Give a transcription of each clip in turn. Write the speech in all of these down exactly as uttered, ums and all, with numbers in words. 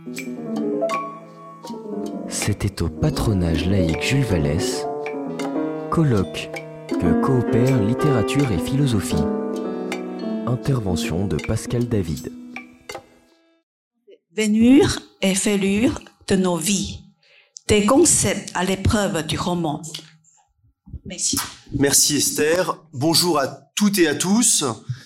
C'était au patronage laïque Jules Vallès, colloque que coopèrent littérature et philosophie. Intervention de Pascal David. Vénure et fêlure de nos vies, des concepts à l'épreuve du roman. Merci. Merci Esther. Bonjour à toutes et à tous.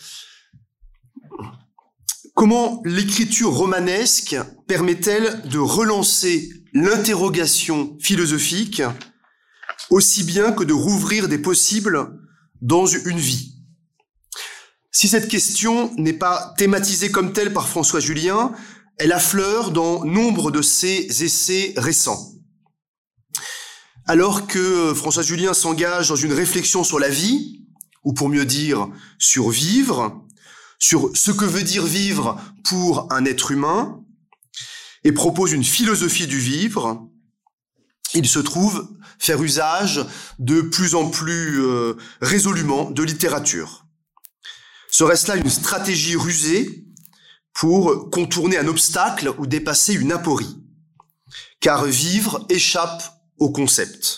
Comment l'écriture romanesque permet-elle de relancer l'interrogation philosophique aussi bien que de rouvrir des possibles dans une vie? Si cette question n'est pas thématisée comme telle par François Julien, elle affleure dans nombre de ses essais récents. Alors que François Julien s'engage dans une réflexion sur la vie, ou pour mieux dire, sur vivre, sur ce que veut dire vivre pour un être humain, et propose une philosophie du vivre, il se trouve faire usage de plus en plus euh, résolument de littérature. Serait-ce là une stratégie rusée pour contourner un obstacle ou dépasser une aporie? Car vivre échappe au concept,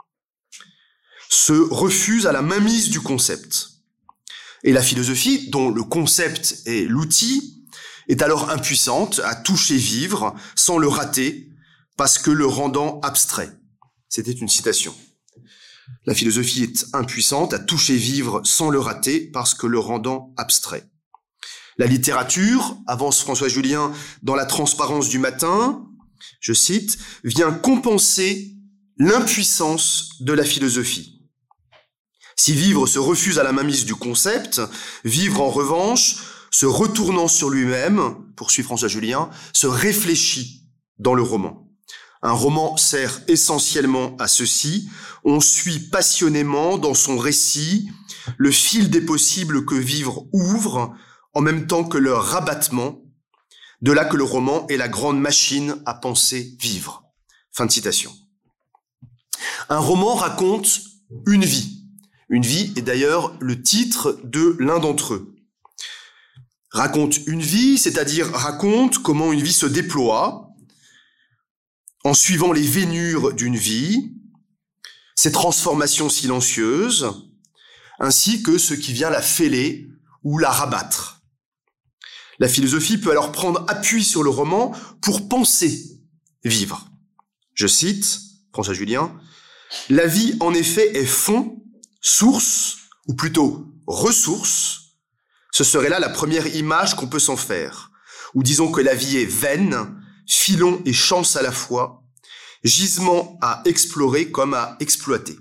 se refuse à la mainmise du concept. Et la philosophie, dont le concept est l'outil, est alors impuissante à toucher vivre sans le rater, parce que le rendant abstrait. C'était une citation. La philosophie est impuissante à toucher vivre sans le rater, parce que le rendant abstrait. La littérature, avance François Julien dans La transparence du matin, je cite, vient compenser l'impuissance de la philosophie. Si vivre se refuse à la mainmise du concept, vivre en revanche, se retournant sur lui-même, poursuit François Julien, se réfléchit dans le roman. Un roman sert essentiellement à ceci. On suit passionnément dans son récit le fil des possibles que vivre ouvre, en même temps que leur rabattement. De là que le roman est la grande machine à penser vivre. Fin de citation. Un roman raconte une vie. Une vie est d'ailleurs le titre de l'un d'entre eux. Raconte une vie, c'est-à-dire raconte comment une vie se déploie en suivant les vénures d'une vie, ses transformations silencieuses, ainsi que ce qui vient la fêler ou la rabattre. La philosophie peut alors prendre appui sur le roman pour penser vivre. Je cite François Julien, « La vie, en effet, est fond, source, ou plutôt ressource. Ce serait là la première image qu'on peut s'en faire. Ou disons que la vie est veine, filon et chance à la fois, gisement à explorer comme à exploiter.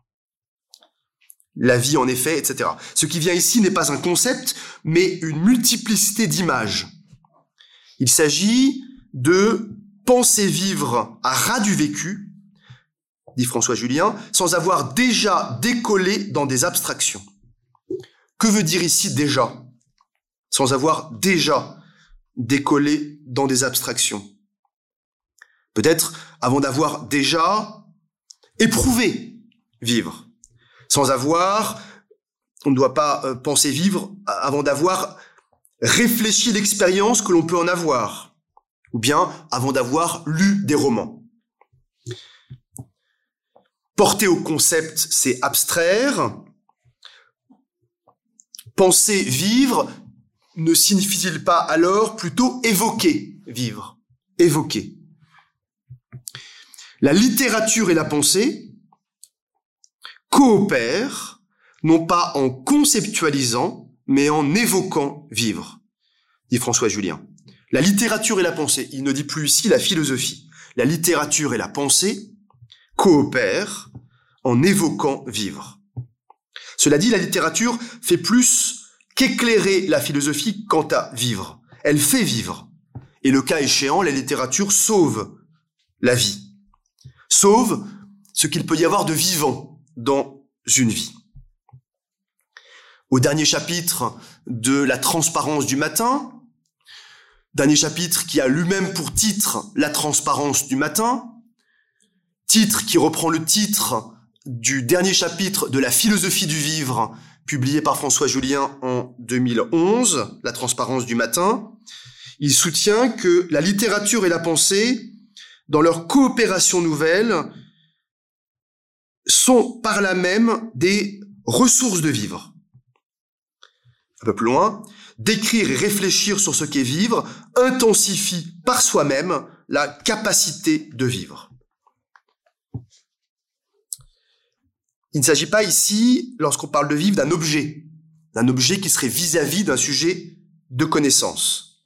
La vie, en effet, et cetera. Ce qui vient ici n'est pas un concept, mais une multiplicité d'images. Il s'agit de penser vivre à ras du vécu, dit François Julien, sans avoir déjà décollé dans des abstractions. Que veut dire ici déjà? Sans avoir déjà décollé dans des abstractions. Peut-être avant d'avoir déjà éprouvé vivre. Sans avoir, on ne doit pas penser vivre avant d'avoir réfléchi l'expérience que l'on peut en avoir. Ou bien avant d'avoir lu des romans. Porter au concept, c'est abstraire. Penser vivre ne signifie-t-il pas alors plutôt évoquer vivre, évoquer? La littérature et la pensée coopèrent, non pas en conceptualisant, mais en évoquant vivre, dit François Julien. La littérature et la pensée, il ne dit plus ici la philosophie. La littérature et la pensée coopèrent en évoquant vivre. Cela dit, la littérature fait plus qu'éclairer la philosophie quant à vivre. Elle fait vivre. Et le cas échéant, la littérature sauve la vie. Sauve ce qu'il peut y avoir de vivant dans une vie. Au dernier chapitre de La transparence du matin, dernier chapitre qui a lui-même pour titre La transparence du matin, titre qui reprend le titre du dernier chapitre de La philosophie du vivre, publié par François Julien en deux mille onze, La transparence du matin. Il soutient que la littérature et la pensée, dans leur coopération nouvelle, sont par là même des ressources de vivre. Un peu plus loin, d'écrire et réfléchir sur ce qu'est vivre intensifie par soi-même la capacité de vivre. Il ne s'agit pas ici, lorsqu'on parle de vivre, d'un objet, d'un objet qui serait vis-à-vis d'un sujet de connaissance.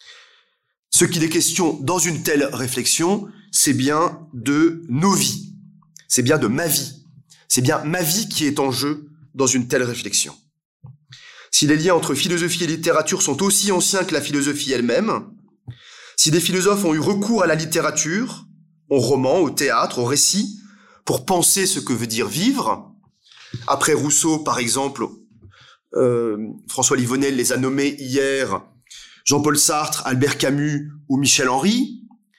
Ce qu'il est question dans une telle réflexion, c'est bien de nos vies, c'est bien de ma vie, c'est bien ma vie qui est en jeu dans une telle réflexion. Si les liens entre philosophie et littérature sont aussi anciens que la philosophie elle-même, si des philosophes ont eu recours à la littérature, au roman, au théâtre, au récit, pour penser ce que veut dire vivre, après Rousseau, par exemple, euh, François Livonel les a nommés hier, Jean-Paul Sartre, Albert Camus ou Michel Henry,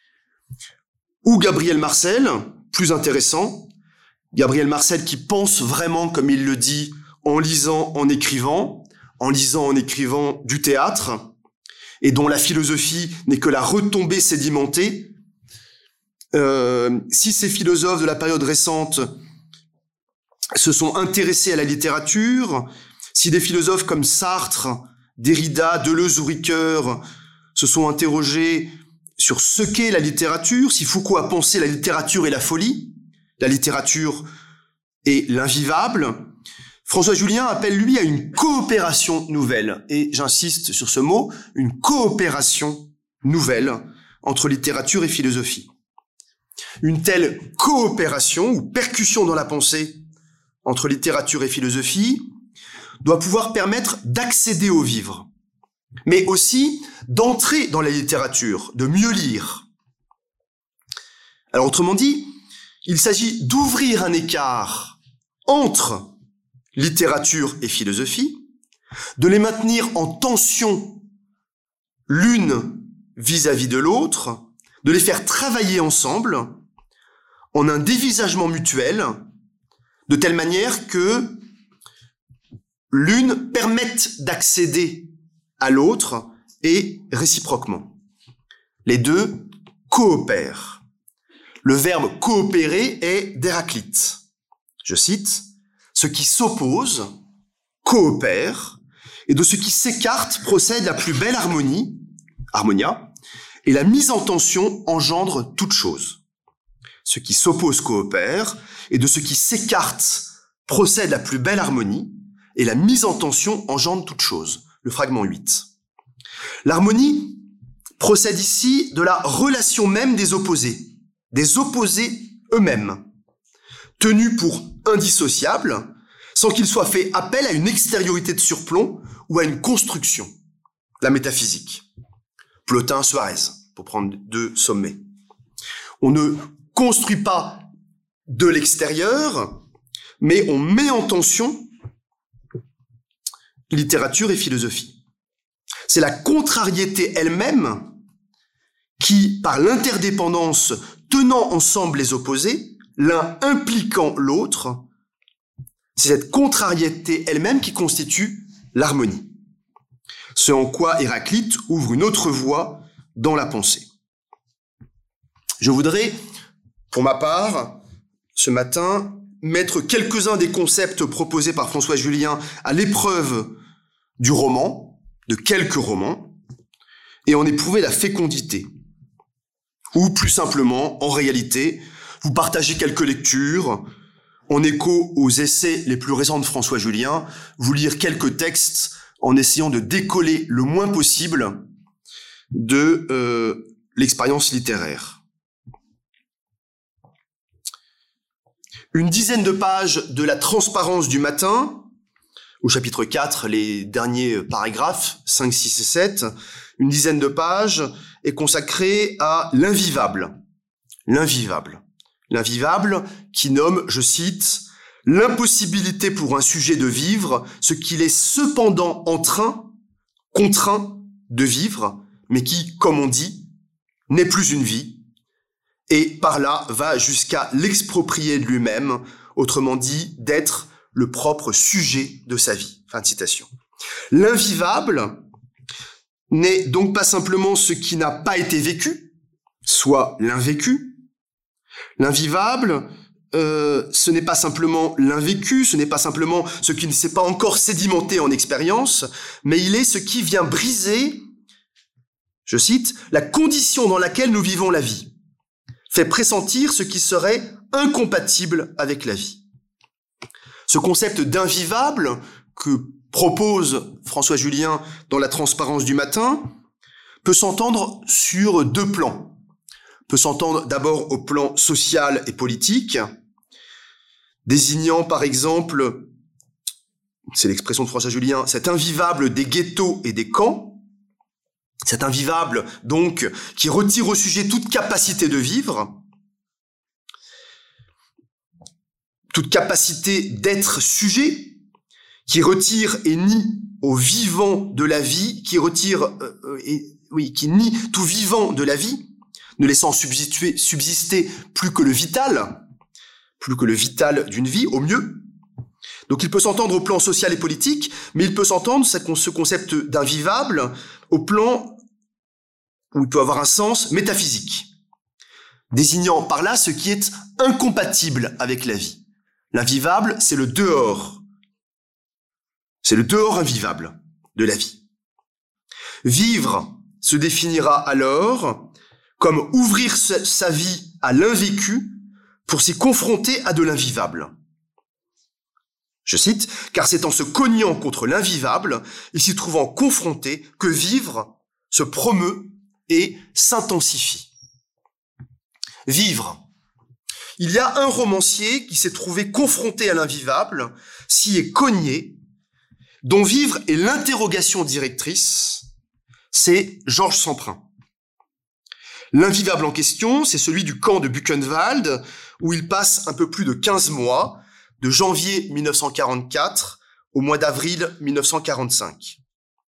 ou Gabriel Marcel, plus intéressant, Gabriel Marcel qui pense vraiment, comme il le dit, en lisant, en écrivant, en lisant, en écrivant du théâtre, et dont la philosophie n'est que la retombée sédimentée. Euh, si ces philosophes de la période récente se sont intéressés à la littérature, si des philosophes comme Sartre, Derrida, Deleuze ou Ricoeur se sont interrogés sur ce qu'est la littérature, si Foucault a pensé la littérature et la folie, la littérature et l'invivable, François Julien appelle lui à une coopération nouvelle, et j'insiste sur ce mot, une coopération nouvelle entre littérature et philosophie. Une telle coopération ou percussion dans la pensée entre littérature et philosophie doit pouvoir permettre d'accéder au vivre, mais aussi d'entrer dans la littérature, de mieux lire. Alors autrement dit, il s'agit d'ouvrir un écart entre littérature et philosophie, de les maintenir en tension l'une vis-à-vis de l'autre, de les faire travailler ensemble en un dévisagement mutuel, de telle manière que l'une permette d'accéder à l'autre et réciproquement. Les deux coopèrent. Le verbe coopérer est d'Héraclite. Je cite, « Ce qui s'oppose coopère, et de ce qui s'écarte procède la plus belle harmonie, harmonia, et la mise en tension engendre toute chose. Ce qui s'oppose coopère, et de ce qui s'écarte procède la plus belle harmonie, et la mise en tension engendre toute chose. » Le fragment huit. L'harmonie procède ici de la relation même des opposés, des opposés eux-mêmes, tenus pour indissociables, sans qu'il soit fait appel à une extériorité de surplomb ou à une construction, la métaphysique. Plotin, Suarez, pour prendre deux sommets. On ne construit pas de l'extérieur, mais on met en tension littérature et philosophie. C'est la contrariété elle-même qui, par l'interdépendance tenant ensemble les opposés, l'un impliquant l'autre, c'est cette contrariété elle-même qui constitue l'harmonie. Ce en quoi Héraclite ouvre une autre voie dans la pensée. Je voudrais, pour ma part, ce matin, mettre quelques-uns des concepts proposés par François Julien à l'épreuve du roman, de quelques romans, et en éprouver la fécondité. Ou plus simplement, en réalité, vous partagez quelques lectures, en écho aux essais les plus récents de François Julien, vous lire quelques textes en essayant de décoller le moins possible de euh, l'expérience littéraire. Une dizaine de pages de La transparence du matin, au chapitre quatre, les derniers paragraphes, cinq, six et sept, une dizaine de pages est consacrée à l'invivable. L'invivable. L'invivable qui nomme, je cite, « l'impossibilité pour un sujet de vivre ce qu'il est cependant en train, contraint de vivre, mais qui, comme on dit, n'est plus une vie, et par là va jusqu'à l'exproprier de lui-même, autrement dit, d'être le propre sujet de sa vie. » Fin de citation. L'invivable n'est donc pas simplement ce qui n'a pas été vécu, soit l'invécu. L'invivable, euh, ce n'est pas simplement l'invécu, ce n'est pas simplement ce qui ne s'est pas encore sédimenté en expérience, mais il est ce qui vient briser, je cite, la condition dans laquelle nous vivons la vie, fait pressentir ce qui serait incompatible avec la vie. Ce concept d'invivable que propose François Julien dans La transparence du matin peut s'entendre sur deux plans. Peut s'entendre d'abord au plan social et politique, désignant par exemple, c'est l'expression de François Julien, cet invivable des ghettos et des camps, cet invivable donc qui retire au sujet toute capacité de vivre, toute capacité d'être sujet, qui retire et nie au vivant de la vie, qui retire, euh, et, oui, qui nie tout vivant de la vie, ne laissant subsister, subsister plus que le vital, plus que le vital d'une vie, au mieux. Donc il peut s'entendre au plan social et politique, mais il peut s'entendre, ce concept d'invivable, au plan où il peut avoir un sens métaphysique, désignant par là ce qui est incompatible avec la vie. L'invivable, c'est le dehors. C'est le dehors invivable de la vie. Vivre se définira alors comme ouvrir sa vie à l'invécu pour s'y confronter à de l'invivable. Je cite, « Car c'est en se cognant contre l'invivable et s'y trouvant confronté que vivre se promeut et s'intensifie. » Vivre. Il y a un romancier qui s'est trouvé confronté à l'invivable, s'y est cogné, dont vivre est l'interrogation directrice, c'est Georges Semprin. L'invivable en question, c'est celui du camp de Buchenwald, où il passe un peu plus de quinze mois, de janvier mille neuf cent quarante-quatre au mois d'avril mille neuf cent quarante-cinq.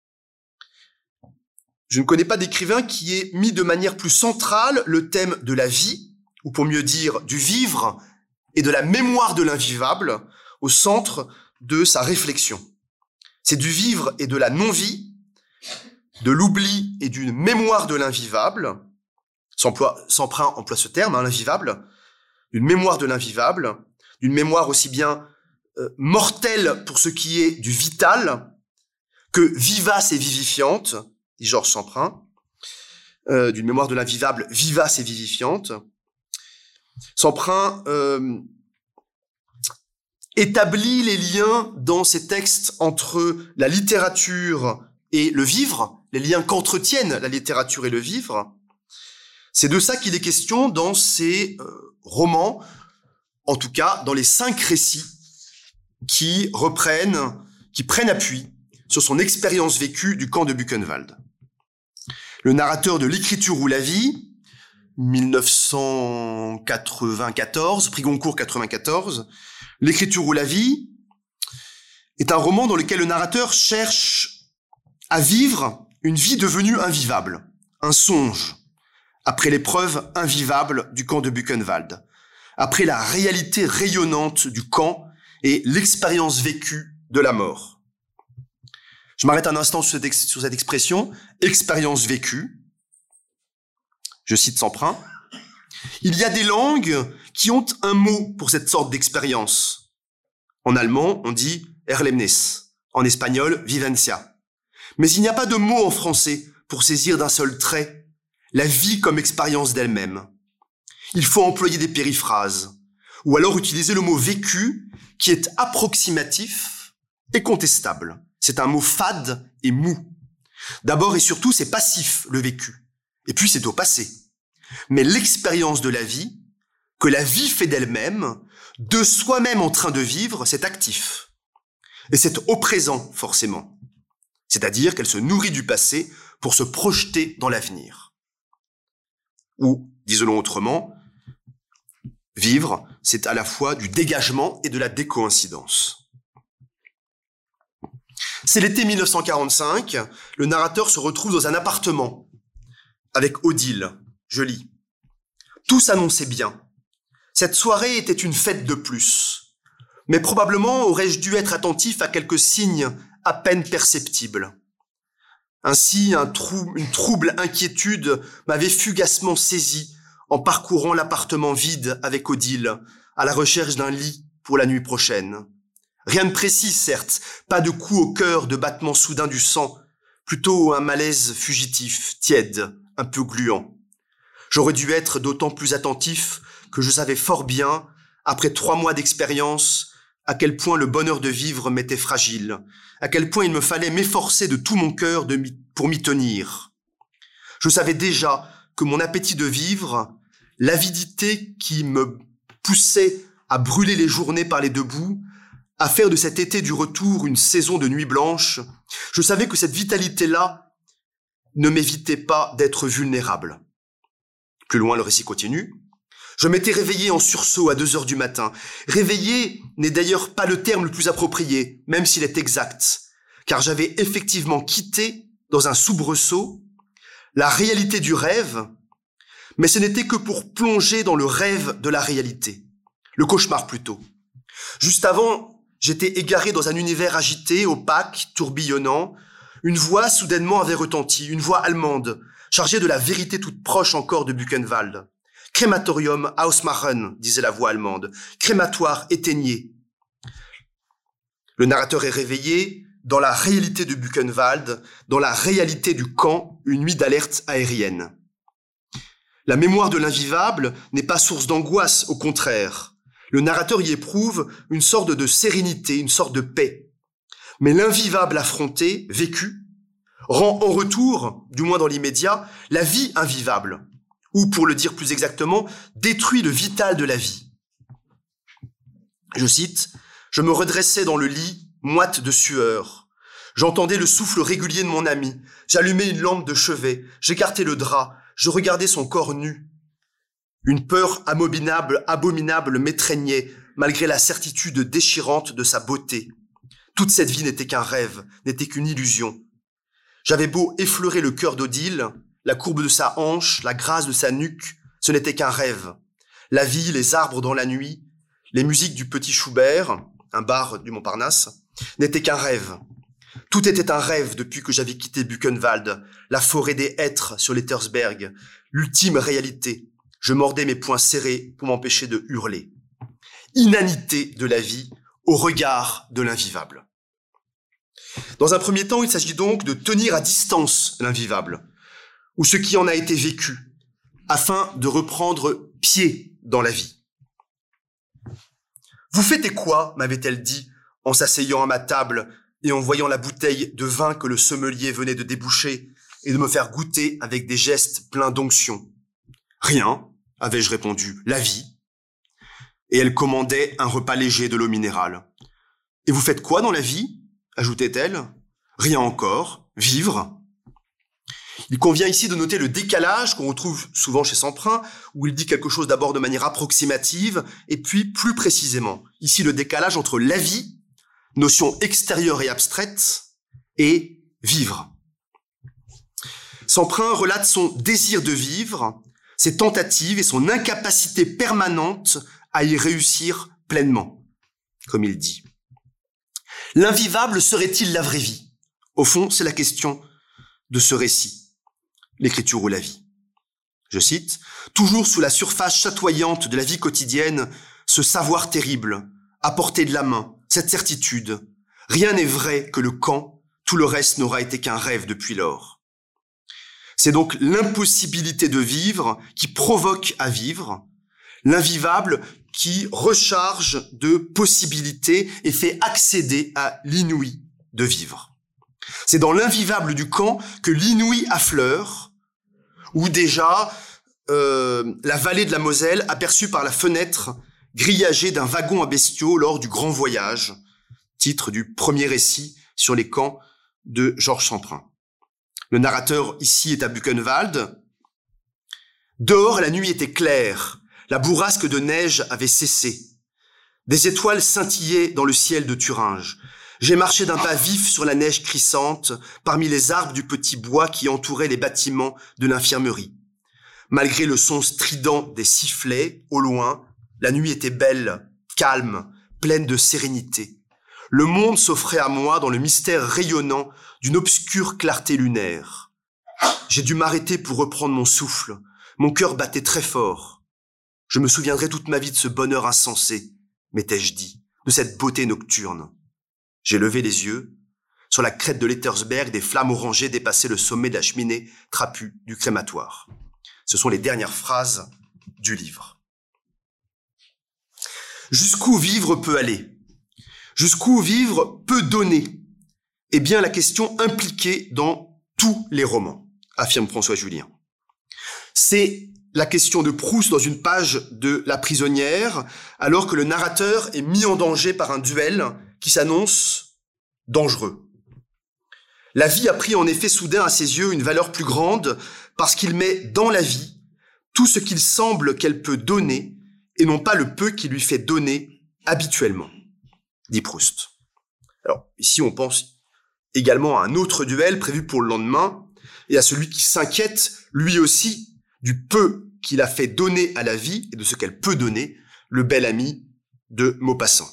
Je ne connais pas d'écrivain qui ait mis de manière plus centrale le thème de la vie, ou pour mieux dire du vivre et de la mémoire de l'invivable, au centre de sa réflexion. C'est du vivre et de la non-vie, de l'oubli et d'une mémoire de l'invivable, Semprin emploie ce terme, hein, l'invivable, d'une mémoire de l'invivable, d'une mémoire aussi bien euh, mortelle pour ce qui est du vital que vivace et vivifiante, dit Georges Semprin, euh, d'une mémoire de l'invivable vivace et vivifiante. Semprin euh, établit les liens dans ses textes entre la littérature et le vivre, les liens qu'entretiennent la littérature et le vivre. C'est de ça qu'il est question dans ces euh, romans, en tout cas dans les cinq récits qui reprennent, qui prennent appui sur son expérience vécue du camp de Buchenwald. Le narrateur de L'écriture ou la vie, mille neuf cent quatre-vingt-quatorze, prix Goncourt quatre-vingt-quatorze, L'écriture ou la vie est un roman dans lequel le narrateur cherche à vivre une vie devenue invivable, un songe, après l'épreuve invivable du camp de Buchenwald, après la réalité rayonnante du camp et l'expérience vécue de la mort. Je m'arrête un instant sur cette, ex- sur cette expression, expérience vécue. Je cite Semprin. Il y a des langues qui ont un mot pour cette sorte d'expérience. En allemand, on dit Erlebnis. En espagnol, vivencia. Mais il n'y a pas de mot en français pour saisir d'un seul trait la vie comme expérience d'elle-même. Il faut employer des périphrases, ou alors utiliser le mot vécu, qui est approximatif et contestable. C'est un mot fade et mou. D'abord et surtout, c'est passif, le vécu. Et puis c'est au passé. Mais l'expérience de la vie, que la vie fait d'elle-même, de soi-même en train de vivre, c'est actif. Et c'est au présent, forcément. C'est-à-dire qu'elle se nourrit du passé pour se projeter dans l'avenir. Ou, disons-le autrement, vivre, c'est à la fois du dégagement et de la décoïncidence. C'est l'été mille neuf cent quarante-cinq, le narrateur se retrouve dans un appartement avec Odile. Je lis. Tout s'annonçait bien. Cette soirée était une fête de plus. Mais probablement aurais-je dû être attentif à quelques signes à peine perceptibles. Ainsi, un trou, une trouble inquiétude m'avait fugacement saisi en parcourant l'appartement vide avec Odile, à la recherche d'un lit pour la nuit prochaine. Rien de précis, certes, pas de coup au cœur, de battement soudain du sang, plutôt un malaise fugitif, tiède, un peu gluant. J'aurais dû être d'autant plus attentif que je savais fort bien, après trois mois d'expérience, à quel point le bonheur de vivre m'était fragile, à quel point il me fallait m'efforcer de tout mon cœur de m'y, pour m'y tenir. Je savais déjà que mon appétit de vivre, l'avidité qui me poussait à brûler les journées par les deux bouts, à faire de cet été du retour une saison de nuit blanche, je savais que cette vitalité-là ne m'évitait pas d'être vulnérable. Plus loin, le récit continue. Je m'étais réveillé en sursaut à deux heures du matin. Réveillé n'est d'ailleurs pas le terme le plus approprié, même s'il est exact, car j'avais effectivement quitté, dans un soubresaut, la réalité du rêve, mais ce n'était que pour plonger dans le rêve de la réalité, le cauchemar plutôt. Juste avant, j'étais égaré dans un univers agité, opaque, tourbillonnant. Une voix soudainement avait retenti, une voix allemande, chargée de la vérité toute proche encore de Buchenwald. Crématorium ausmachen, disait la voix allemande. Crématoire, éteignez. Le narrateur est réveillé dans la réalité de Buchenwald, dans la réalité du camp, une nuit d'alerte aérienne. La mémoire de l'invivable n'est pas source d'angoisse, au contraire. Le narrateur y éprouve une sorte de sérénité, une sorte de paix. Mais l'invivable affronté, vécu, rend en retour, du moins dans l'immédiat, la vie invivable, ou pour le dire plus exactement, détruit le vital de la vie. Je cite, « Je me redressais dans le lit, moite de sueur. J'entendais le souffle régulier de mon ami. J'allumais une lampe de chevet. J'écartais le drap. Je regardais son corps nu. Une peur abominable, abominable m'étreignait, malgré la certitude déchirante de sa beauté. Toute cette vie n'était qu'un rêve, n'était qu'une illusion. J'avais beau effleurer le cœur d'Odile, la courbe de sa hanche, la grâce de sa nuque, ce n'était qu'un rêve. La vie, les arbres dans la nuit, les musiques du petit Schubert, un bar du Montparnasse, n'étaient qu'un rêve. Tout était un rêve depuis que j'avais quitté Buchenwald, la forêt des hêtres sur l'Ettersberg, l'ultime réalité. Je mordais mes poings serrés pour m'empêcher de hurler. Inanité de la vie au regard de l'invivable. Dans un premier temps, il s'agit donc de tenir à distance l'invivable, ou ce qui en a été vécu, afin de reprendre pied dans la vie. « Vous fêtez quoi ?» m'avait-elle dit, en s'asseyant à ma table et en voyant la bouteille de vin que le sommelier venait de déboucher et de me faire goûter avec des gestes pleins d'onction. « Rien, avais-je répondu, la vie. » Et elle commandait un repas léger de l'eau minérale. « Et vous faites quoi dans la vie ?» ajoutait-elle. « Rien encore, vivre. » Il convient ici de noter le décalage qu'on retrouve souvent chez Semprun, où il dit quelque chose d'abord de manière approximative, et puis plus précisément. Ici, le décalage entre la vie, notion extérieure et abstraite, et vivre. Semprun relate son désir de vivre, ses tentatives et son incapacité permanente à y réussir pleinement, comme il dit. L'invivable serait-il la vraie vie ? Au fond, c'est la question de ce récit, l'écriture ou la vie. Je cite, « Toujours sous la surface chatoyante de la vie quotidienne, ce savoir terrible, à portée de la main, cette certitude. Rien n'est vrai que le quand, tout le reste n'aura été qu'un rêve depuis lors. » C'est donc l'impossibilité de vivre qui provoque à vivre, l'invivable qui recharge de possibilités et fait accéder à l'inouï de vivre. C'est dans l'invivable du camp que l'inouï affleure, où déjà euh, la vallée de la Moselle, aperçue par la fenêtre grillagée d'un wagon à bestiaux lors du Grand Voyage, titre du premier récit sur les camps de Georges Semprun. Le narrateur ici est à Buchenwald. Dehors, la nuit était claire. La bourrasque de neige avait cessé. Des étoiles scintillaient dans le ciel de Thuringe. J'ai marché d'un pas vif sur la neige crissante, parmi les arbres du petit bois qui entouraient les bâtiments de l'infirmerie. Malgré le son strident des sifflets, au loin, la nuit était belle, calme, pleine de sérénité. Le monde s'offrait à moi dans le mystère rayonnant d'une obscure clarté lunaire. J'ai dû m'arrêter pour reprendre mon souffle. Mon cœur battait très fort. Je me souviendrai toute ma vie de ce bonheur insensé, m'étais-je dit, de cette beauté nocturne. J'ai levé les yeux. Sur la crête de l'Ettersberg, des flammes orangées dépassaient le sommet de la cheminée trapue du crématoire. Ce sont les dernières phrases du livre. Jusqu'où vivre peut aller? Jusqu'où vivre peut donner? Eh bien, la question impliquée dans tous les romans, affirme François Julien. C'est la question de Proust dans une page de La prisonnière, alors que le narrateur est mis en danger par un duel qui s'annonce dangereux. La vie a pris en effet soudain à ses yeux une valeur plus grande parce qu'il met dans la vie tout ce qu'il semble qu'elle peut donner et non pas le peu qu'il lui fait donner habituellement, dit Proust. Alors ici on pense également à un autre duel prévu pour le lendemain et à celui qui s'inquiète lui aussi du peu qu'il a fait donner à la vie et de ce qu'elle peut donner, le bel ami de Maupassant.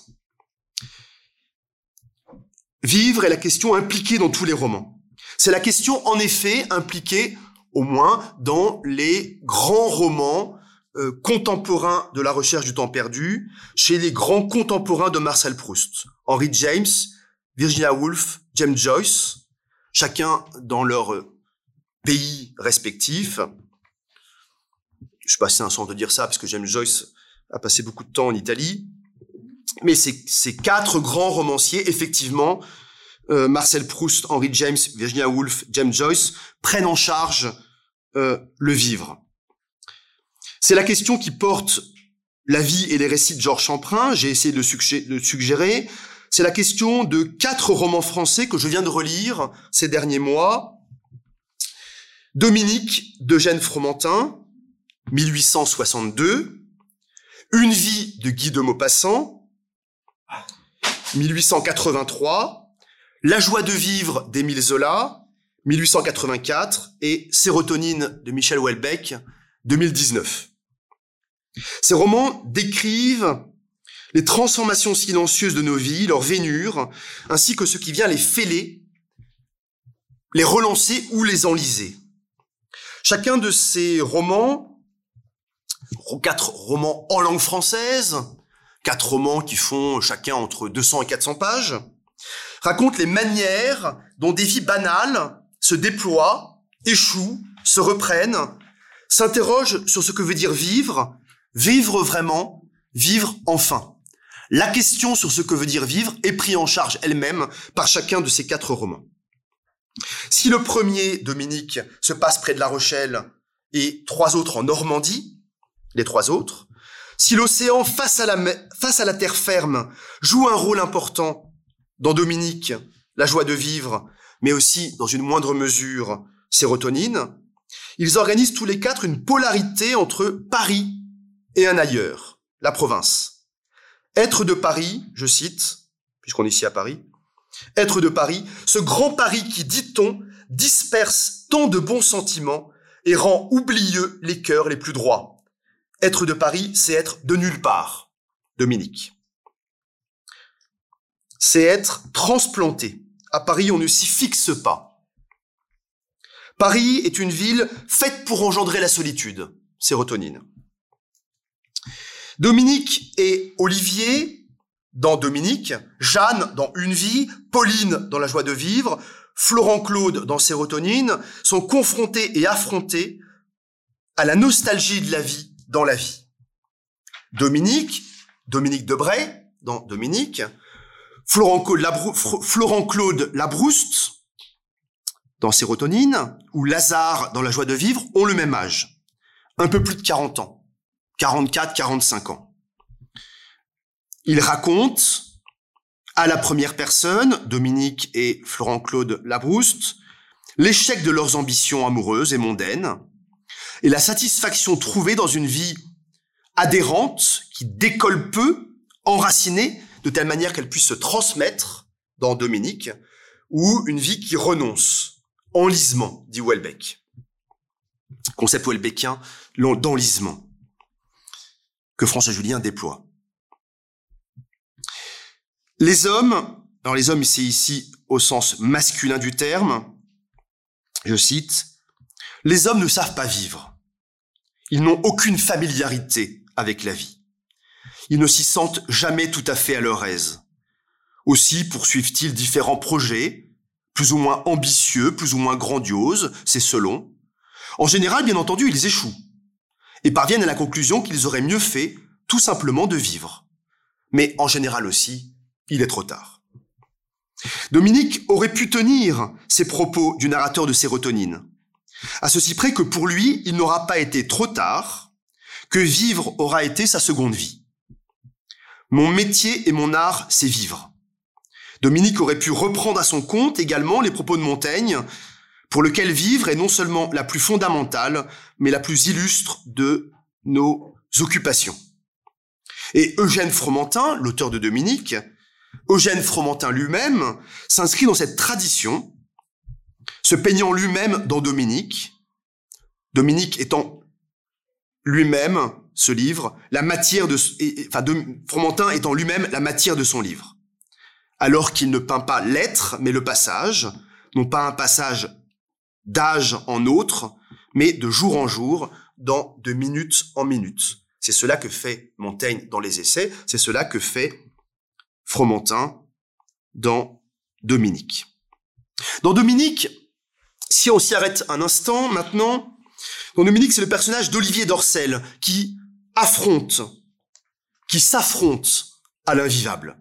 Vivre est la question impliquée dans tous les romans. C'est la question, en effet, impliquée, au moins, dans les grands romans euh, contemporains de la recherche du temps perdu, chez les grands contemporains de Marcel Proust. Henry James, Virginia Woolf, James Joyce, chacun dans leur pays respectif. Je suis pas assez insensé de dire ça, parce que James Joyce a passé beaucoup de temps en Italie. Mais ces, ces quatre grands romanciers, effectivement, euh, Marcel Proust, Henry James, Virginia Woolf, James Joyce, prennent en charge euh, le vivre. C'est la question qui porte la vie et les récits de Georges Champrin, j'ai essayé de le suggérer. C'est la question de quatre romans français que je viens de relire ces derniers mois. Dominique d'Eugène Fromentin, mille huit cent soixante-deux, Une vie de Guy de Maupassant, mille huit cent quatre-vingt-trois, La joie de vivre d'Émile Zola, mille huit cent quatre-vingt-quatre, et Sérotonine de Michel Houellebecq, deux mille dix-neuf. Ces romans décrivent les transformations silencieuses de nos vies, leur vénure, ainsi que ce qui vient les fêler, les relancer ou les enliser. Chacun de ces romans, quatre romans en langue française, quatre romans qui font chacun entre deux cents et quatre cents pages, racontent les manières dont des vies banales se déploient, échouent, se reprennent, s'interrogent sur ce que veut dire vivre, vivre vraiment, vivre enfin. La question sur ce que veut dire vivre est prise en charge elle-même par chacun de ces quatre romans. Si le premier, Dominique, se passe près de La Rochelle et trois autres en Normandie, les trois autres, si l'océan face à la, face à la terre ferme joue un rôle important dans Dominique, La joie de vivre, mais aussi, dans une moindre mesure, Sérotonine, ils organisent tous les quatre une polarité entre Paris et un ailleurs, la province. Être de Paris, je cite, puisqu'on est ici à Paris, être de Paris, ce grand Paris qui, dit-on, disperse tant de bons sentiments et rend oublieux les cœurs les plus droits. Être de Paris, c'est être de nulle part, Dominique. C'est être transplanté. À Paris, on ne s'y fixe pas. Paris est une ville faite pour engendrer la solitude, Sérotonine. Dominique et Olivier, dans Dominique, Jeanne dans Une vie, Pauline dans La joie de vivre, Florent-Claude dans Sérotonine, sont confrontés et affrontés à la nostalgie de la vie dans la vie. Dominique, Dominique Debray dans Dominique, Florent-Claude Labrou- Florent-Claude Labrouste dans Sérotonine, ou Lazare dans La joie de vivre, ont le même âge, un peu plus de quarante ans, quarante-quatre, quarante-cinq ans. Ils racontent à la première personne, Dominique et Florent-Claude Labrouste, l'échec de leurs ambitions amoureuses et mondaines et la satisfaction trouvée dans une vie adhérente qui décolle peu, enracinée, de telle manière qu'elle puisse se transmettre dans Dominique, ou une vie qui renonce, enlisement, dit Houellebecq. Concept houellebecquien d'enlisement que François Julien déploie. Les hommes Alors les hommes, c'est ici au sens masculin du terme. Je cite, « Les hommes ne savent pas vivre. Ils n'ont aucune familiarité avec la vie. Ils ne s'y sentent jamais tout à fait à leur aise. Aussi poursuivent-ils différents projets, plus ou moins ambitieux, plus ou moins grandioses, c'est selon. En général, bien entendu, ils échouent et parviennent à la conclusion qu'ils auraient mieux fait tout simplement de vivre. Mais en général aussi, il est trop tard. » Dominique aurait pu tenir ces propos du narrateur de Sérotonine, à ceci près que pour lui, il n'aura pas été trop tard, que vivre aura été sa seconde vie. Mon métier et mon art, c'est vivre. Dominique aurait pu reprendre à son compte également les propos de Montaigne, pour lequel vivre est non seulement la plus fondamentale, mais la plus illustre de nos occupations. Et Eugène Fromentin, l'auteur de Dominique, Eugène Fromentin lui-même s'inscrit dans cette tradition, se peignant lui-même dans Dominique, Dominique étant lui-même, ce livre, la matière de, enfin, de, Fromentin étant lui-même la matière de son livre. Alors qu'il ne peint pas l'être, mais le passage, non pas un passage d'âge en autre, mais de jour en jour, dans de minute en minute. C'est cela que fait Montaigne dans les Essais, c'est cela que fait Fromentin dans Dominique. Dans Dominique, si on s'y arrête un instant maintenant, dans Dominique, c'est le personnage d'Olivier d'Orcel qui affronte, qui s'affronte à l'invivable.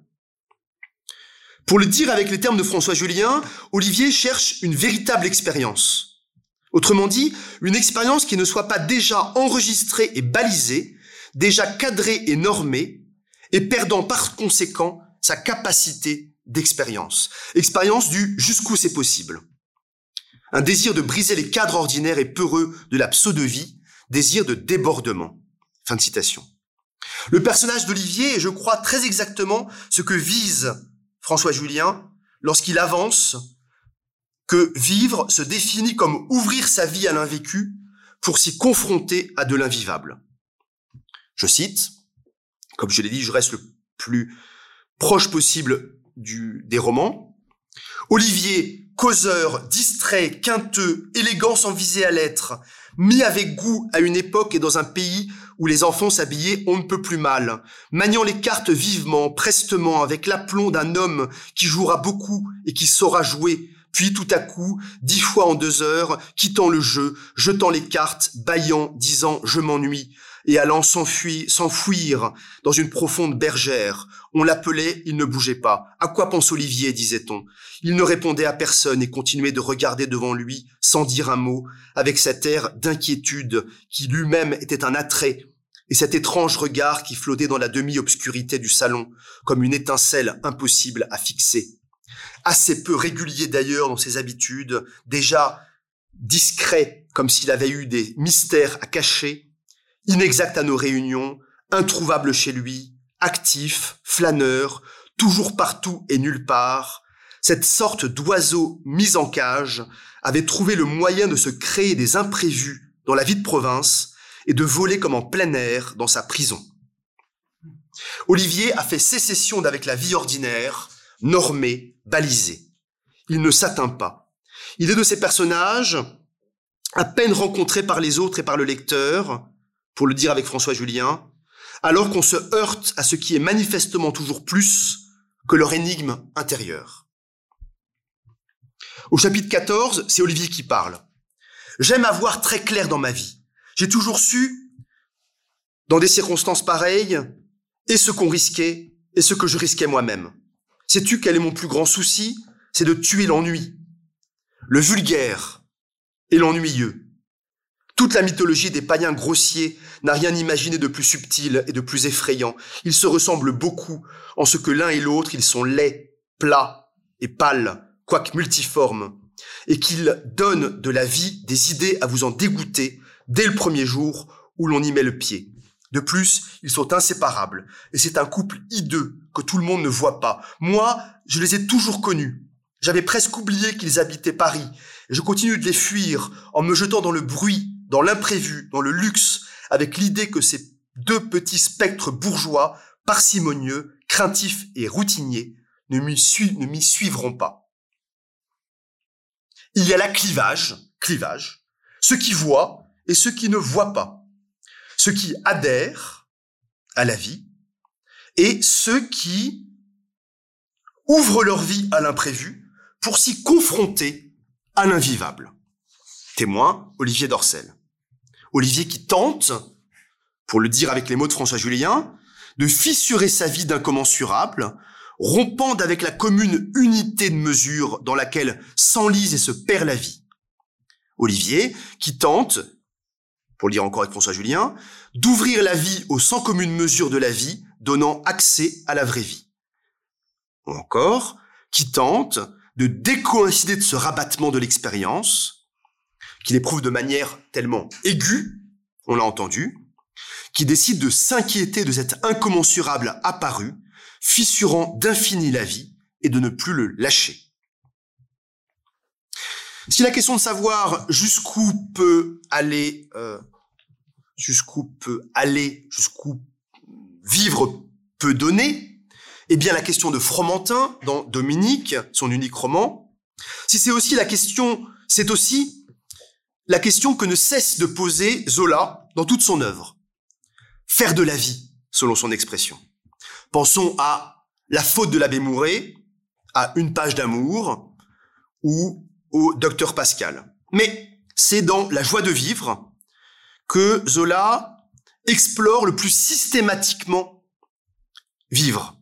Pour le dire avec les termes de François Julien, Olivier cherche une véritable expérience. Autrement dit, une expérience qui ne soit pas déjà enregistrée et balisée, déjà cadrée et normée, et perdant par conséquent sa capacité d'expérience. Expérience du jusqu'où c'est possible. Un désir de briser les cadres ordinaires et peureux de la pseudo-vie, désir de débordement. Fin de citation. Le personnage d'Olivier est, je crois, très exactement ce que vise François Julien lorsqu'il avance que vivre se définit comme ouvrir sa vie à l'invécu pour s'y confronter à de l'invivable. Je cite, comme je l'ai dit, je reste le plus proche possible du, des romans. Olivier, causeur, distrait, quinteux, élégant sans viser à l'être, mis avec goût à une époque et dans un pays où les enfants s'habillaient on ne peut plus mal, maniant les cartes vivement, prestement, avec l'aplomb d'un homme qui jouera beaucoup et qui saura jouer, puis tout à coup, dix fois en deux heures, quittant le jeu, jetant les cartes, bâillant, disant « je m'ennuie », et allant s'enfuir, s'enfouir dans une profonde bergère. On l'appelait, il ne bougeait pas. « À quoi pense Olivier ?» disait-on. Il ne répondait à personne et continuait de regarder devant lui, sans dire un mot, avec cet air d'inquiétude qui lui-même était un attrait, et cet étrange regard qui flottait dans la demi-obscurité du salon, comme une étincelle impossible à fixer. Assez peu régulier d'ailleurs dans ses habitudes, déjà discret comme s'il avait eu des mystères à cacher, inexact à nos réunions, introuvable chez lui, actif, flâneur, toujours partout et nulle part, cette sorte d'oiseau mis en cage avait trouvé le moyen de se créer des imprévus dans la vie de province et de voler comme en plein air dans sa prison. Olivier a fait sécession d'avec la vie ordinaire, normée, balisée. Il ne s'atteint pas. Il est de ces personnages, à peine rencontrés par les autres et par le lecteur, pour le dire avec François Julien, alors qu'on se heurte à ce qui est manifestement toujours plus que leur énigme intérieure. Au chapitre quatorze, c'est Olivier qui parle. « J'aime avoir très clair dans ma vie. J'ai toujours su, dans des circonstances pareilles, et ce qu'on risquait, et ce que je risquais moi-même. Sais-tu quel est mon plus grand souci? C'est de tuer l'ennui, le vulgaire et l'ennuyeux. Toute la mythologie des païens grossiers n'a rien imaginé de plus subtil et de plus effrayant. Ils se ressemblent beaucoup en ce que l'un et l'autre, ils sont laids, plats et pâles, quoique multiformes, et qu'ils donnent de la vie des idées à vous en dégoûter dès le premier jour où l'on y met le pied. De plus, ils sont inséparables, et c'est un couple hideux que tout le monde ne voit pas. Moi, je les ai toujours connus. J'avais presque oublié qu'ils habitaient Paris, et je continue de les fuir en me jetant dans le bruit, dans l'imprévu, dans le luxe, avec l'idée que ces deux petits spectres bourgeois, parcimonieux, craintifs et routiniers, ne m'y sui- ne m'y suivront pas. Il y a là clivage, clivage, ceux qui voient et ceux qui ne voient pas, ceux qui adhèrent à la vie et ceux qui ouvrent leur vie à l'imprévu pour s'y confronter à l'invivable. Témoin, Olivier Dorcel. Olivier qui tente, pour le dire avec les mots de François Julien, de fissurer sa vie d'incommensurable, rompant avec la commune unité de mesure dans laquelle s'enlise et se perd la vie. Olivier qui tente, pour le dire encore avec François Julien, d'ouvrir la vie aux sans commune mesure de la vie, donnant accès à la vraie vie. Ou encore, qui tente de décoïncider de ce rabattement de l'expérience, qu'il éprouve de manière tellement aiguë, on l'a entendu, qui décide de s'inquiéter de cet incommensurable apparu, fissurant d'infini la vie et de ne plus le lâcher. Si la question de savoir jusqu'où peut aller, euh, jusqu'où peut aller, jusqu'où vivre peut donner, eh bien la question de Fromentin dans Dominique, son unique roman, si c'est aussi la question, c'est aussi la question que ne cesse de poser Zola dans toute son œuvre. Faire de la vie, selon son expression. Pensons à La faute de l'abbé Mouret, à Une page d'amour, ou au Docteur Pascal. Mais c'est dans La joie de vivre que Zola explore le plus systématiquement vivre.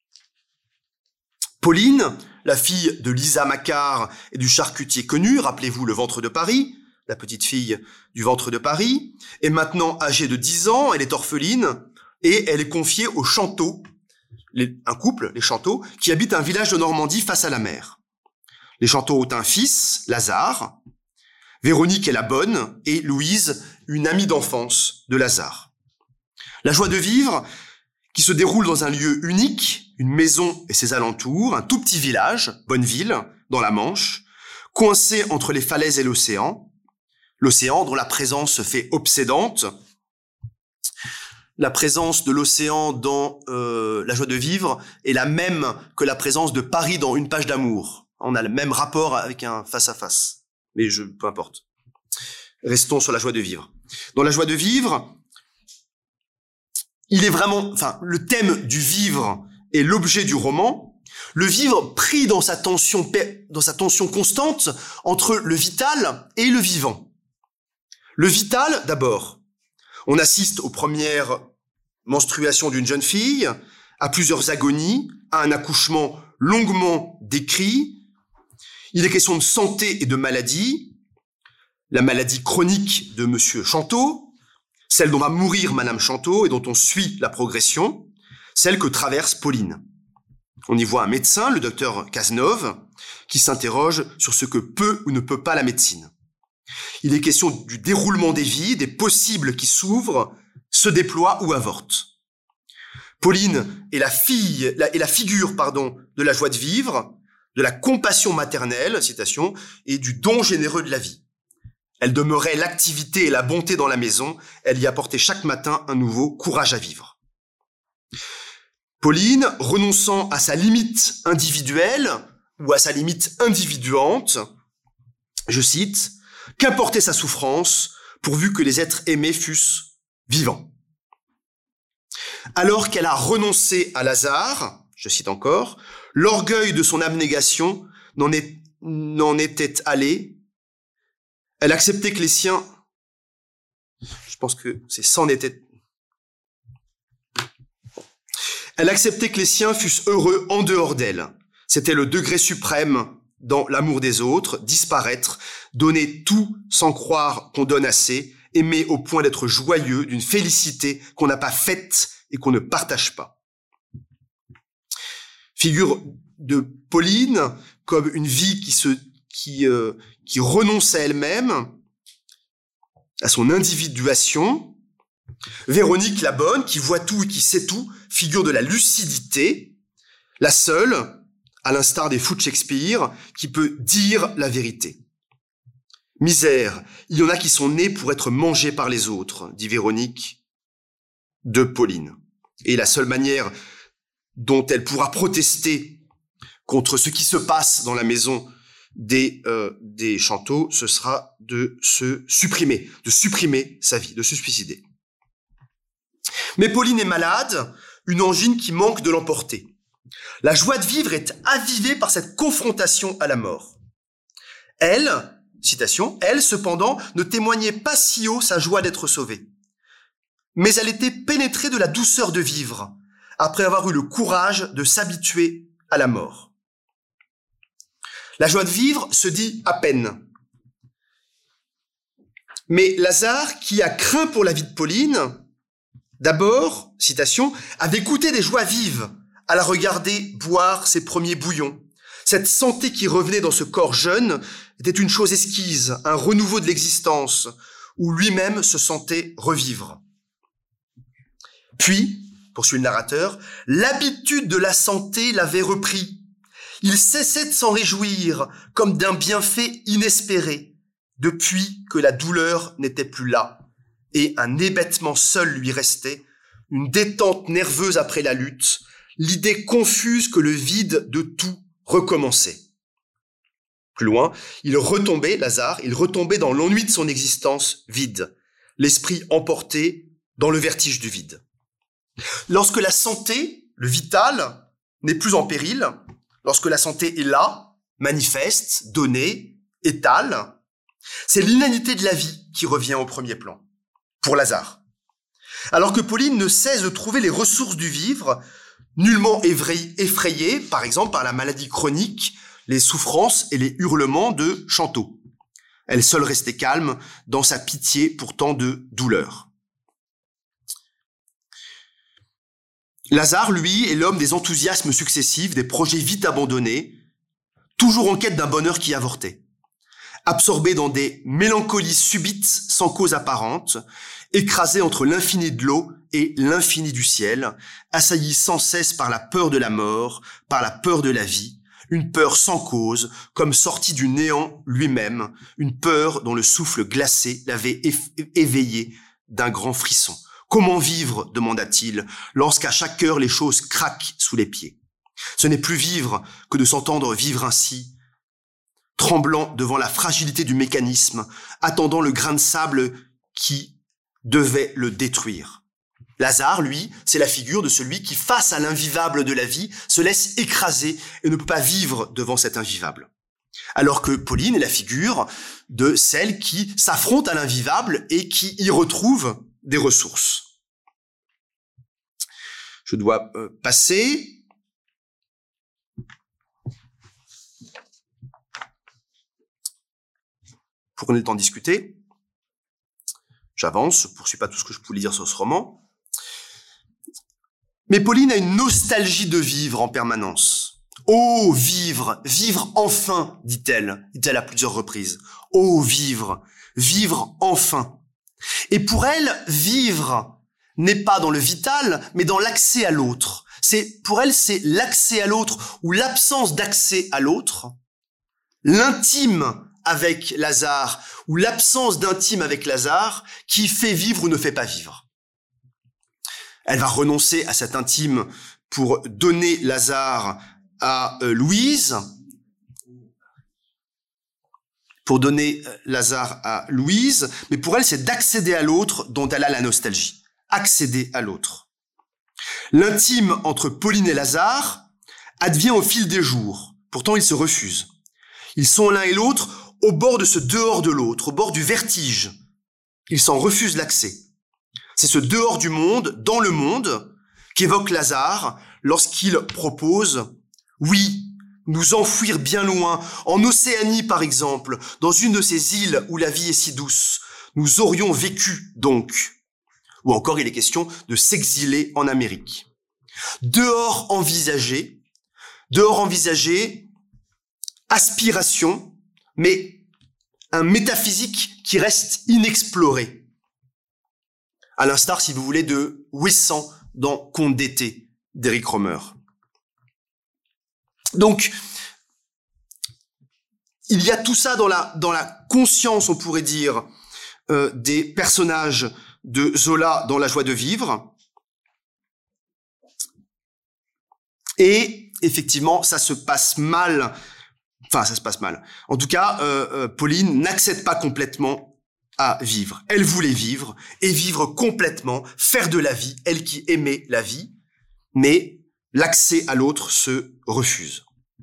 Pauline, la fille de Lisa Macquart et du charcutier connu, rappelez-vous Le ventre de Paris, la petite fille du ventre de Paris, est maintenant âgée de dix ans, elle est orpheline, et elle est confiée aux Chanteau, les, un couple, les Chanteau, qui habitent un village de Normandie face à la mer. Les Chanteau ont un fils, Lazare, Véronique est la bonne, et Louise, une amie d'enfance de Lazare. La joie de vivre, qui se déroule dans un lieu unique, une maison et ses alentours, un tout petit village, Bonneville, dans la Manche, coincé entre les falaises et l'océan, l'océan dont la présence se fait obsédante. La présence de l'océan dans euh, La joie de vivre est la même que la présence de Paris dans Une page d'amour. On a le même rapport avec un face-à-face. Mais je, peu importe. Restons sur La joie de vivre. Dans La joie de vivre, il est vraiment, enfin, le thème du vivre est l'objet du roman. Le vivre pris dans sa tension, dans sa tension constante entre le vital et le vivant. Le vital, d'abord. On assiste aux premières menstruations d'une jeune fille, à plusieurs agonies, à un accouchement longuement décrit. Il est question de santé et de maladie. La maladie chronique de Monsieur Chanteau, celle dont va mourir Madame Chanteau et dont on suit la progression, celle que traverse Pauline. On y voit un médecin, le docteur Cazeneuve, qui s'interroge sur ce que peut ou ne peut pas la médecine. Il est question du déroulement des vies, des possibles qui s'ouvrent, se déploient ou avortent. Pauline est la fille, la, est la figure, pardon, de la joie de vivre, de la compassion maternelle, citation, et du don généreux de la vie. Elle demeurait l'activité et la bonté dans la maison, elle y apportait chaque matin un nouveau courage à vivre. Pauline, renonçant à sa limite individuelle ou à sa limite individuante, je cite, « Qu'importait sa souffrance, pourvu que les êtres aimés fussent vivants. » Alors qu'elle a renoncé à Lazare, je cite encore, l'orgueil de son abnégation n'en, est, n'en était allé. Elle acceptait que les siens, je pense que c'est s'en était. Elle acceptait que les siens fussent heureux en dehors d'elle. C'était le degré suprême dans l'amour des autres, disparaître, donner tout sans croire qu'on donne assez, aimer au point d'être joyeux d'une félicité qu'on n'a pas faite et qu'on ne partage pas. Figure de Pauline comme une vie qui se, qui, euh, qui renonce à elle-même, à son individuation. Véronique la bonne, qui voit tout et qui sait tout, figure de la lucidité, la seule, à l'instar des fous de Shakespeare, qui peut dire la vérité. Misère, il y en a qui sont nés pour être mangés par les autres, dit Véronique de Pauline. Et la seule manière dont elle pourra protester contre ce qui se passe dans la maison des, euh, des Chanteaux, ce sera de se supprimer, de supprimer sa vie, de se suicider. Mais Pauline est malade, une angine qui manque de l'emporter. La joie de vivre est avivée par cette confrontation à la mort. Elle, citation, elle, cependant, ne témoignait pas si haut sa joie d'être sauvée. Mais elle était pénétrée de la douceur de vivre, après avoir eu le courage de s'habituer à la mort. La joie de vivre se dit à peine. Mais Lazare, qui a craint pour la vie de Pauline, d'abord, citation, avait goûté des joies vives à la regarder boire ses premiers bouillons. Cette santé qui revenait dans ce corps jeune était une chose esquisse, un renouveau de l'existence, où lui-même se sentait revivre. Puis, poursuit le narrateur, l'habitude de la santé l'avait repris. Il cessait de s'en réjouir comme d'un bienfait inespéré, depuis que la douleur n'était plus là, et un hébétement seul lui restait, une détente nerveuse après la lutte, l'idée confuse que le vide de tout recommençait. Plus loin, il retombait, Lazare, il retombait dans l'ennui de son existence vide, l'esprit emporté dans le vertige du vide. Lorsque la santé, le vital, n'est plus en péril, lorsque la santé est là, manifeste, donnée, étale, c'est l'inanité de la vie qui revient au premier plan, pour Lazare. Alors que Pauline ne cesse de trouver les ressources du vivre, nullement effrayée, par exemple, par la maladie chronique, les souffrances et les hurlements de Chanteaux. Elle seule restait calme dans sa pitié pourtant de douleur. Lazare, lui, est l'homme des enthousiasmes successifs, des projets vite abandonnés, toujours en quête d'un bonheur qui avortait. Absorbé dans des mélancolies subites sans cause apparente, écrasé entre l'infini de l'eau et l'infini du ciel, assailli sans cesse par la peur de la mort, par la peur de la vie, une peur sans cause, comme sortie du néant lui-même, une peur dont le souffle glacé l'avait éveillé d'un grand frisson. Comment vivre, demanda-t-il, lorsqu'à chaque heure les choses craquent sous les pieds. Ce n'est plus vivre que de s'entendre vivre ainsi, tremblant devant la fragilité du mécanisme, attendant le grain de sable qui devait le détruire. Lazare, lui, c'est la figure de celui qui, face à l'invivable de la vie, se laisse écraser et ne peut pas vivre devant cet invivable. Alors que Pauline est la figure de celle qui s'affronte à l'invivable et qui y retrouve des ressources. Je dois euh, passer. Pour qu'on ait le temps de discuter. J'avance, je ne poursuis pas tout ce que je pouvais dire sur ce roman. Mais Pauline a une nostalgie de vivre en permanence. Oh, vivre, vivre enfin, dit-elle, dit-elle à plusieurs reprises. Oh, vivre, vivre enfin. Et pour elle, vivre n'est pas dans le vital, mais dans l'accès à l'autre. C'est, pour elle, c'est l'accès à l'autre ou l'absence d'accès à l'autre, l'intime avec Lazare ou l'absence d'intime avec Lazare qui fait vivre ou ne fait pas vivre. Elle va renoncer à cet intime pour donner Lazare à euh, Louise, pour donner Lazare à Louise, mais pour elle, c'est d'accéder à l'autre dont elle a la nostalgie. Accéder à l'autre. L'intime entre Pauline et Lazare advient au fil des jours. Pourtant, ils se refusent. Ils sont l'un et l'autre au bord de ce dehors de l'autre, au bord du vertige. Ils s'en refusent l'accès. C'est ce dehors du monde, dans le monde, qu'évoque Lazare lorsqu'il propose « Oui, nous enfouir bien loin, en Océanie par exemple, dans une de ces îles où la vie est si douce. Nous aurions vécu donc. » Ou encore il est question de s'exiler en Amérique. Dehors envisagé, dehors envisagé, aspiration, mais un métaphysique qui reste inexploré. À l'instar, si vous voulez, de Ouessant dans Contes d'été d'Éric Rohmer. Donc, il y a tout ça dans la, dans la conscience, on pourrait dire, euh, des personnages de Zola dans La joie de vivre. Et effectivement, ça se passe mal. Enfin, ça se passe mal. En tout cas, euh, euh, Pauline n'accède pas complètement à vivre. Elle voulait vivre, et vivre complètement, faire de la vie, elle qui aimait la vie, mais l'accès à l'autre se refuse.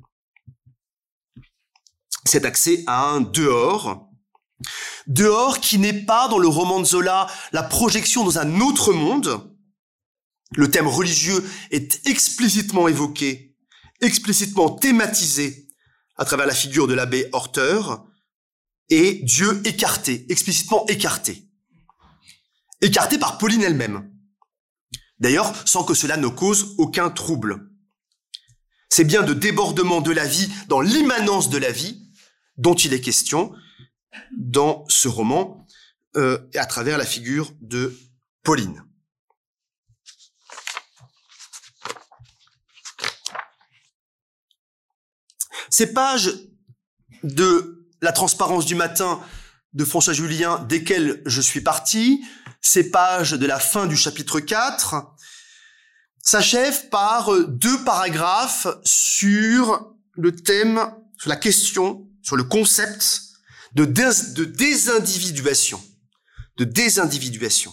Cet accès à un dehors, dehors qui n'est pas, dans le roman de Zola, la projection dans un autre monde. Le thème religieux est explicitement évoqué, explicitement thématisé à travers la figure de l'abbé Horter, et Dieu écarté, explicitement écarté. Écarté par Pauline elle-même. D'ailleurs, sans que cela ne cause aucun trouble. C'est bien de débordement de la vie dans l'immanence de la vie dont il est question dans ce roman, euh, à travers la figure de Pauline. Ces pages de La transparence du matin de François Julien, desquelles je suis parti, ces pages de la fin du chapitre quatre, s'achèvent par deux paragraphes sur le thème, sur la question, sur le concept de, dés- de désindividuation. De désindividuation.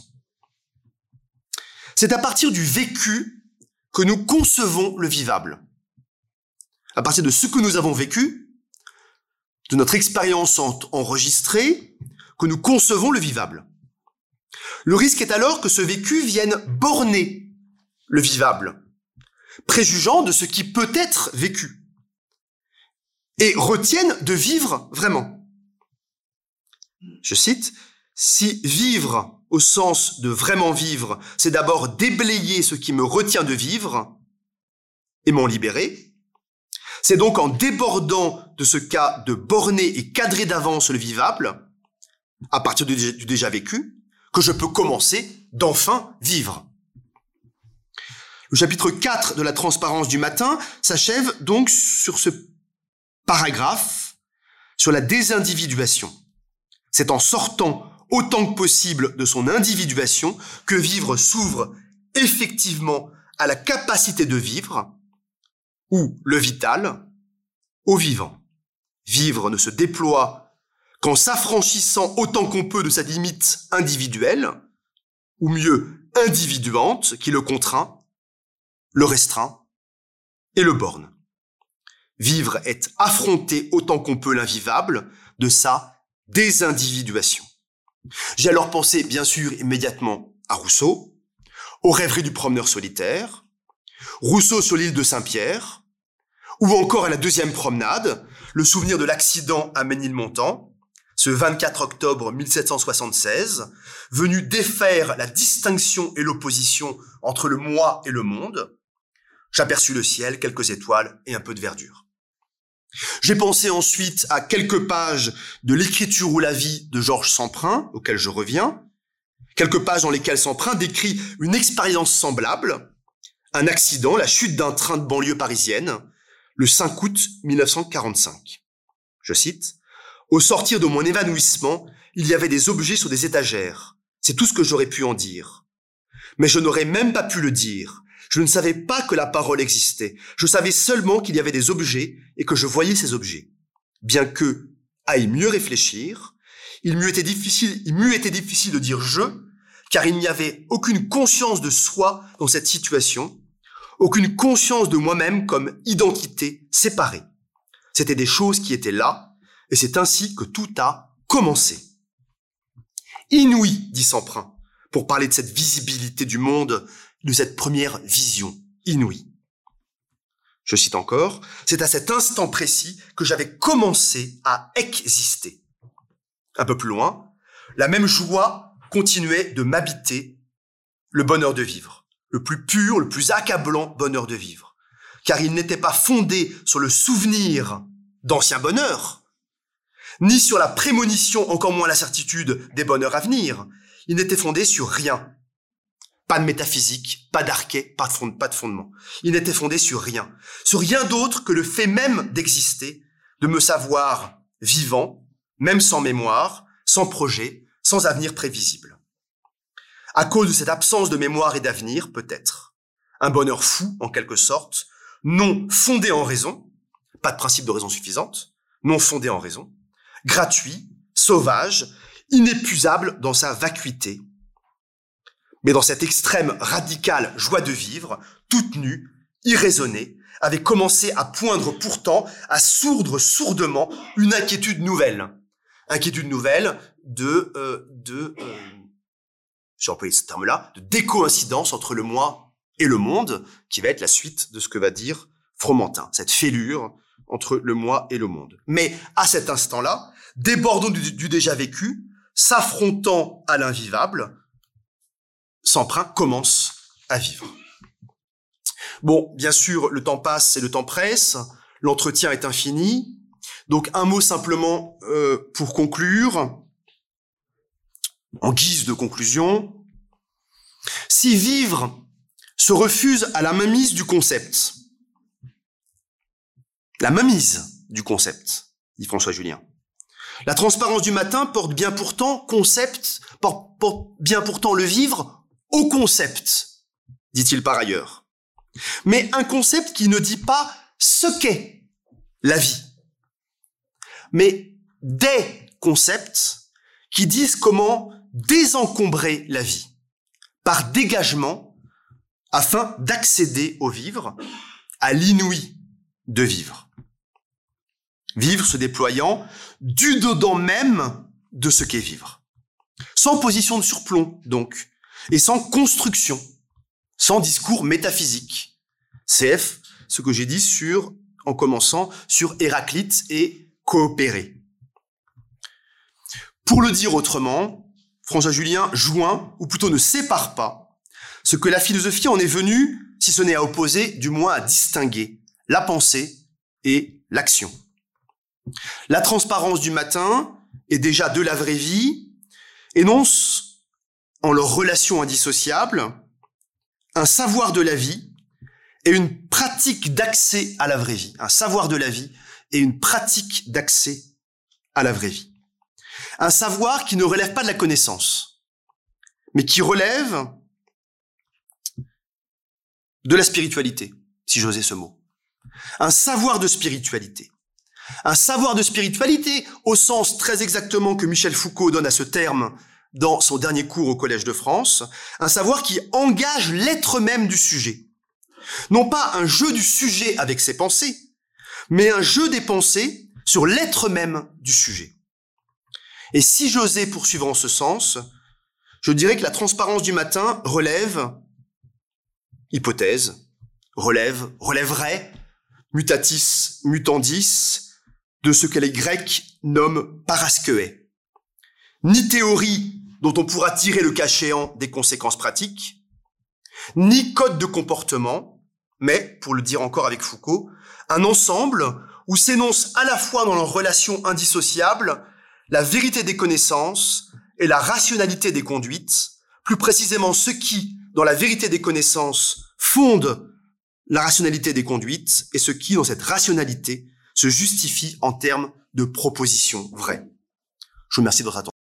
C'est à partir du vécu que nous concevons le vivable. À partir de ce que nous avons vécu, de notre expérience enregistrée, que nous concevons le vivable. Le risque est alors que ce vécu vienne borner le vivable, préjugeant de ce qui peut être vécu, et retienne de vivre vraiment. Je cite, « Si vivre au sens de vraiment vivre, c'est d'abord déblayer ce qui me retient de vivre et m'en libérer, c'est donc en débordant de ce cas de borner et cadrer d'avance le vivable, à partir du déjà, du déjà vécu, que je peux commencer d'enfin vivre. » Le chapitre quatre de La transparence du matin s'achève donc sur ce paragraphe sur la désindividuation. C'est en sortant autant que possible de son individuation que vivre s'ouvre effectivement à la capacité de vivre, ou le vital, au vivant. Vivre ne se déploie qu'en s'affranchissant autant qu'on peut de sa limite individuelle, ou mieux individuante, qui le contraint, le restreint et le borne. Vivre est affronter autant qu'on peut l'invivable de sa désindividuation. J'ai alors pensé, bien sûr, immédiatement à Rousseau, aux rêveries du promeneur solitaire, Rousseau sur l'île de Saint-Pierre, ou encore à la deuxième promenade, le souvenir de l'accident à Ménilmontant, ce vingt-quatre octobre mille sept cent soixante-seize, venu défaire la distinction et l'opposition entre le moi et le monde. J'aperçus le ciel, quelques étoiles et un peu de verdure. J'ai pensé ensuite à quelques pages de L'écriture ou la vie de Georges Semprin, auquel je reviens, quelques pages dans lesquelles Semprin décrit une expérience semblable, un accident, la chute d'un train de banlieue parisienne, le cinq août mille neuf cent quarante-cinq. Je cite, « Au sortir de mon évanouissement, il y avait des objets sur des étagères. C'est tout ce que j'aurais pu en dire. Mais je n'aurais même pas pu le dire. Je ne savais pas que la parole existait. Je savais seulement qu'il y avait des objets et que je voyais ces objets. Bien que, à y mieux réfléchir, il m'eût été difficile, il m'eût été difficile de dire « je », car il n'y avait aucune conscience de soi dans cette situation, aucune conscience de moi-même comme identité séparée. C'était des choses qui étaient là, et c'est ainsi que tout a commencé. Inouï, dit Semprin, pour parler de cette visibilité du monde, de cette première vision inouïe. Je cite encore, « C'est à cet instant précis que j'avais commencé à exister. » Un peu plus loin, la même joie continuait de m'habiter, le bonheur de vivre, le plus pur, le plus accablant bonheur de vivre, car il n'était pas fondé sur le souvenir d'anciens bonheurs, ni sur la prémonition, encore moins la certitude des bonheurs à venir. Il n'était fondé sur rien. Pas de métaphysique, pas d'archet, pas de, fond, pas de fondement. Il n'était fondé sur rien. Sur rien d'autre que le fait même d'exister, de me savoir vivant, même sans mémoire, sans projet, sans avenir prévisible. À cause de cette absence de mémoire et d'avenir, peut-être. Un bonheur fou, en quelque sorte, non fondé en raison, pas de principe de raison suffisante, non fondé en raison, gratuit, sauvage, inépuisable dans sa vacuité, mais dans cette extrême radicale joie de vivre, toute nue, irraisonnée, avait commencé à poindre pourtant, à sourdre sourdement une inquiétude nouvelle. Inquiétude nouvelle de, euh, de, euh, j'ai employé ce terme-là, de décoïncidence entre le moi et le monde, qui va être la suite de ce que va dire Fromentin, cette fêlure entre le moi et le monde. Mais à cet instant-là, débordant du, du déjà vécu, s'affrontant à l'invivable, Samprin commence à vivre. Bon, bien sûr, le temps passe et le temps presse, l'entretien est infini, donc un mot simplement euh, pour conclure, en guise de conclusion. Si vivre se refuse à la mainmise du concept, la mainmise du concept, dit François Julien, la transparence du matin porte bien pourtant concept, porte, porte bien pourtant le vivre au concept, dit-il par ailleurs. Mais un concept qui ne dit pas ce qu'est la vie, mais des concepts qui disent comment désencombrer la vie par dégagement afin d'accéder au vivre, à l'inouï de vivre. Vivre se déployant du dedans même de ce qu'est vivre. Sans position de surplomb, donc, et sans construction, sans discours métaphysique. C F, ce que j'ai dit sur, en commençant, sur Héraclite et coopérer. Pour le dire autrement, François Julien joint, ou plutôt ne sépare pas, ce que la philosophie en est venue, si ce n'est à opposer, du moins à distinguer, la pensée et l'action. La transparence du matin, et déjà de la vraie vie, énonce, en leur relation indissociable, un savoir de la vie et une pratique d'accès à la vraie vie. Un savoir de la vie et une pratique d'accès à la vraie vie. Un savoir qui ne relève pas de la connaissance, mais qui relève de la spiritualité, si j'osais ce mot. Un savoir de spiritualité. Un savoir de spiritualité au sens très exactement que Michel Foucault donne à ce terme dans son dernier cours au Collège de France, un savoir qui engage l'être même du sujet. Non pas un jeu du sujet avec ses pensées, mais un jeu des pensées sur l'être même du sujet. Et si j'osais poursuivre en ce sens, je dirais que la transparence du matin relève, hypothèse, relève, relèverait, mutatis mutandis, de ce que les Grecs nomment paraskeé. Ni théorie dont on pourra tirer le cas échéant des conséquences pratiques, ni code de comportement, mais, pour le dire encore avec Foucault, un ensemble où s'énonce à la fois dans leurs relations indissociables la vérité des connaissances et la rationalité des conduites, plus précisément ce qui, dans la vérité des connaissances, fonde la rationalité des conduites et ce qui, dans cette rationalité, se justifie en termes de propositions vraies. Je vous remercie de votre attention.